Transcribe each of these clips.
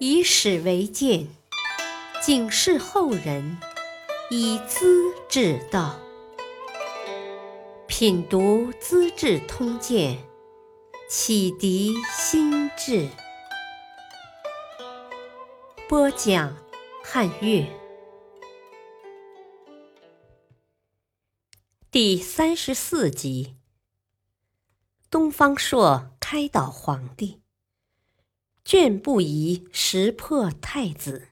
以史为鉴，警示后人，以资治道。品读《资治通鉴》，启迪心智。播讲汉乐。第34集，东方朔开导皇帝，卷不疑识破太子。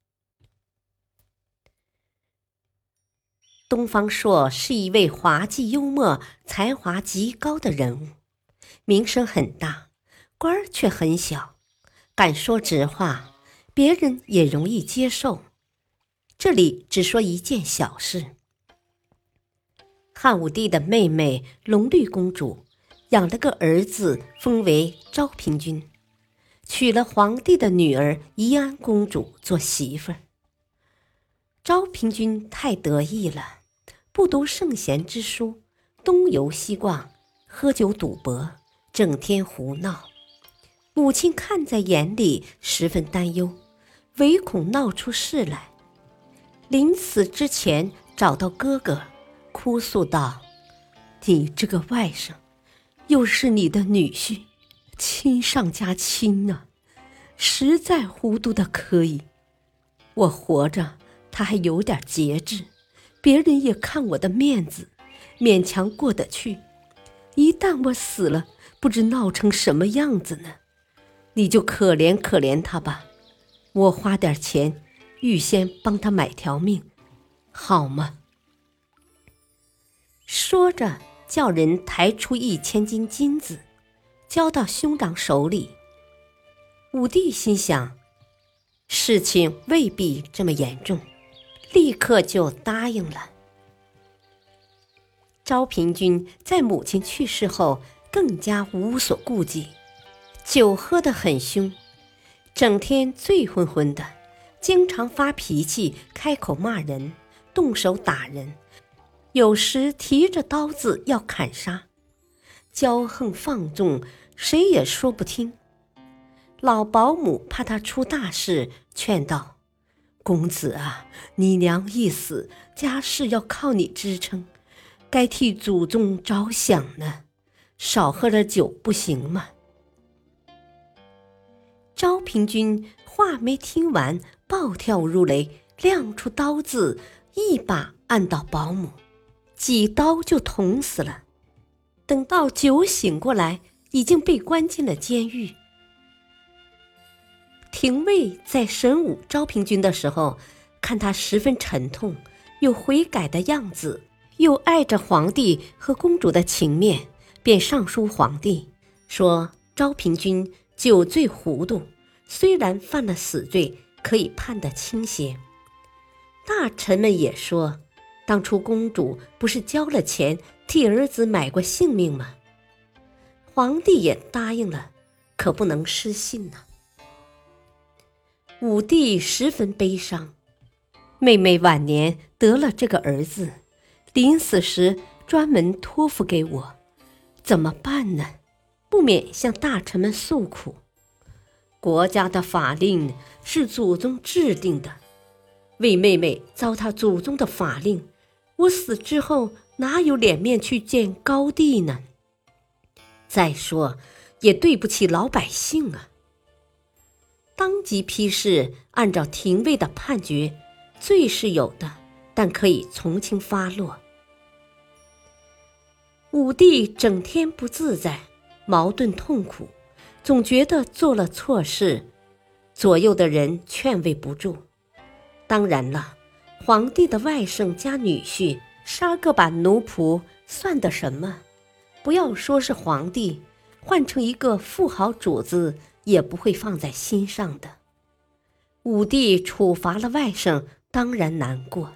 东方朔是一位滑稽幽默、才华极高的人物，名声很大，官儿却很小，敢说直话，别人也容易接受。这里只说一件小事。汉武帝的妹妹隆虑公主养了个儿子，封为昭平君，娶了皇帝的女儿宜安公主做媳妇儿。昭平君太得意了，不读圣贤之书，东游西逛，喝酒赌博，整天胡闹。母亲看在眼里，十分担忧，唯恐闹出事来。临死之前找到哥哥，哭诉道：“你这个外甥，又是你的女婿，亲上加亲啊，实在糊涂的可以。我活着，他还有点节制，别人也看我的面子，勉强过得去。一旦我死了，不知闹成什么样子呢。你就可怜可怜他吧，我花点钱，预先帮他买条命，好吗？”说着，叫人抬出1000斤金子，交到兄长手里。武帝心想，事情未必这么严重，立刻就答应了。昭平君在母亲去世后更加无所顾忌，酒喝得很凶，整天醉昏昏的，经常发脾气，开口骂人，动手打人，有时提着刀子要砍杀，骄横放纵，谁也说不听。老保姆怕他出大事，劝道：“公子啊，你娘一死，家事要靠你支撑，该替祖宗着想呢，少喝点酒不行吗？”昭平君话没听完，暴跳如雷，亮出刀子，一把按倒保姆，几刀就捅死了。等到酒醒过来，已经被关进了监狱。廷尉在审问昭平君的时候，看他十分沉痛，有悔改的样子，又爱着皇帝和公主的情面，便上书皇帝，说昭平君酒醉糊涂，虽然犯了死罪，可以判得轻些。大臣们也说，当初公主不是交了钱替儿子买过性命吗？皇帝也答应了，可不能失信呢。武帝十分悲伤，妹妹晚年得了这个儿子，临死时专门托付给我，怎么办呢？不免向大臣们诉苦。国家的法令是祖宗制定的，为妹妹糟蹋祖宗的法令，我死之后哪有脸面去见高帝呢？再说，也对不起老百姓啊。当即批示，按照廷尉的判决，罪是有的，但可以从轻发落。武帝整天不自在，矛盾痛苦，总觉得做了错事，左右的人劝慰不住。当然了，皇帝的外甥加女婿杀个把奴仆算得什么？不要说是皇帝，换成一个富豪主子也不会放在心上的。武帝处罚了外甥，当然难过。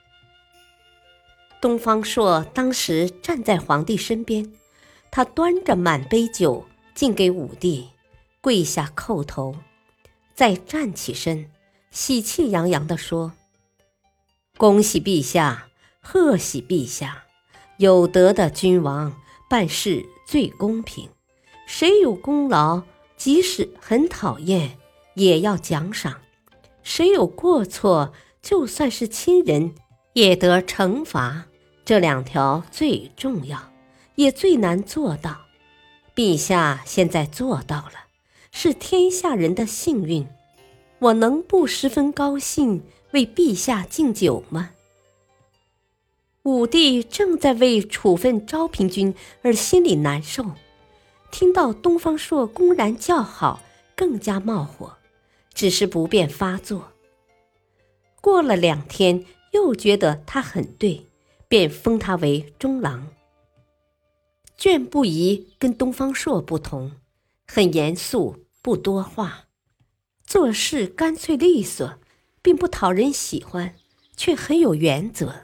东方朔当时站在皇帝身边，他端着满杯酒敬给武帝，跪下叩头，再站起身，喜气洋洋地说：“恭喜陛下，贺喜陛下，有德的君王办事最公平，谁有功劳，即使很讨厌， 也要奖赏，谁有过错，就算是亲人也得惩罚。这2条最重要，也最难做到。陛下现在做到了，是天下人的幸运。我能不十分高兴为陛下敬酒吗？武帝正在为处分昭平君而心里难受，听到东方朔公然叫好，更加冒火，只是不便发作。过了2天，又觉得他很对，便封他为中郎。卷不疑跟东方朔不同，很严肃，不多话，做事干脆利索，并不讨人喜欢，却很有原则。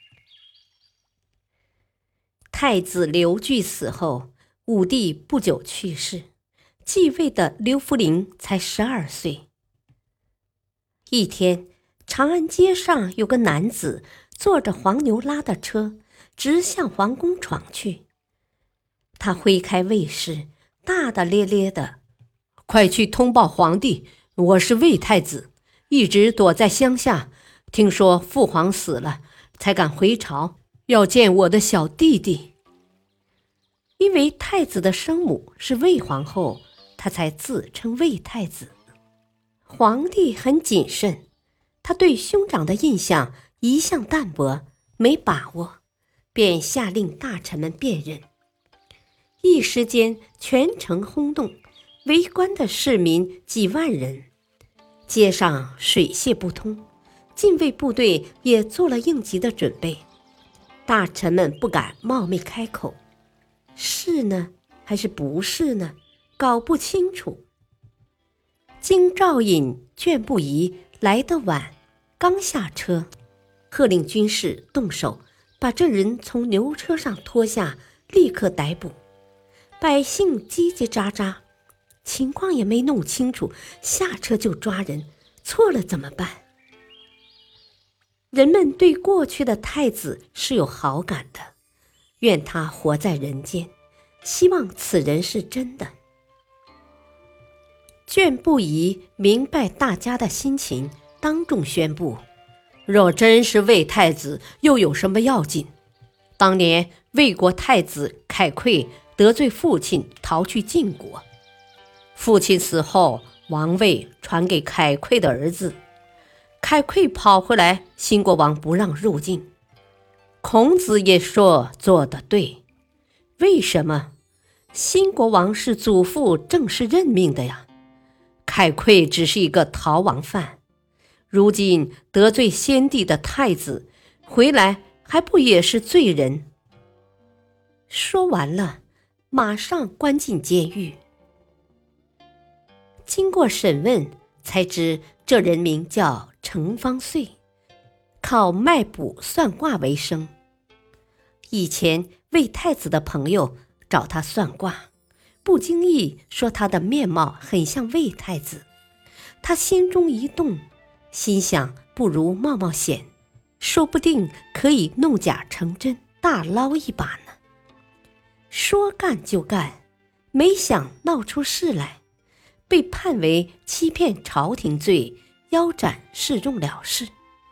太子刘据死后，武帝不久去世，继位的刘弗陵才12岁。一天，长安街上有个男子坐着黄牛拉的车，直向皇宫闯去。他挥开卫士，大大咧咧的：“快去通报皇帝，我是魏太子，一直躲在乡下，听说父皇死了，才敢回朝，要见我的小弟弟。”因为太子的生母是魏皇后，他才自称魏太子。皇帝很谨慎，他对兄长的印象一向淡薄，没把握，便下令大臣们辨认。一时间全城轰动，围观的市民几万人，街上水泄不通，禁卫部队也做了应急的准备。大臣们不敢冒昧开口，是呢还是不是呢？搞不清楚。京兆尹卷不疑来得晚，刚下车，喝令军士动手，把这人从牛车上拖下，立刻逮捕。百姓叽叽喳喳，情况也没弄清楚，下车就抓人，错了怎么办？人们对过去的太子是有好感的，愿他活在人间，希望此人是真的。卷不疑明白大家的心情，当众宣布：若真是魏太子，又有什么要紧？当年魏国太子凯馈得罪父亲，逃去晋国，父亲死后，王位传给凯馈的儿子，凯馈跑回来，新国王不让入境。孔子也说做得对，为什么？新国王是祖父正式任命的呀，凯馈只是一个逃亡犯，如今得罪先帝的太子，回来还不也是罪人？说完了，马上关进监狱。经过审问，才知这人名叫程方岁，靠卖卜算卦为生。以前魏太子的朋友找他算卦，不经意说他的面貌很像魏太子，他心中一动，心想不如冒冒险，说不定可以弄假成真，大捞一把呢。说干就干，没想闹出事来，被判为欺骗朝廷罪，腰斩示众了事。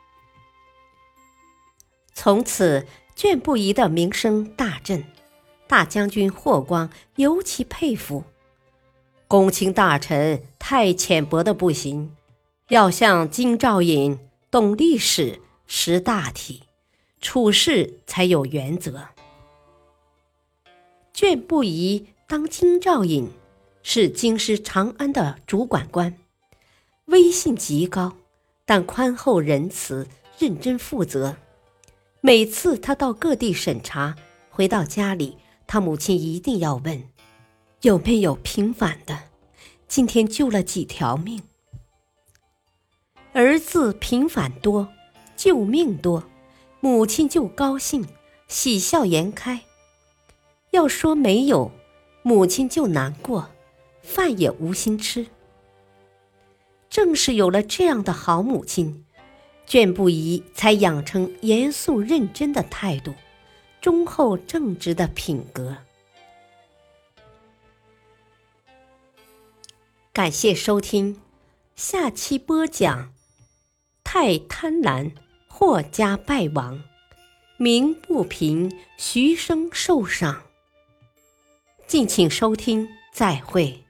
从此卷不疑的名声大振，大将军霍光尤其佩服。公卿大臣太浅薄的不行，要像京兆尹懂历史，识大体，处事才有原则。卷不疑当京兆尹，是京师长安的主管官，威信极高，但宽厚仁慈，认真负责。每次他到各地审查，回到家里，他母亲一定要问有没有平反的，今天救了几条命。儿子平反多，救命多，母亲就高兴，喜笑颜开。要说没有，母亲就难过，饭也无心吃。正是有了这样的好母亲，卷不疑才养成严肃认真的态度，忠厚正直的品格。感谢收听， 下期播讲：太贪婪，霍家败亡，鸣不平，徐生受赏。敬请收听，再会。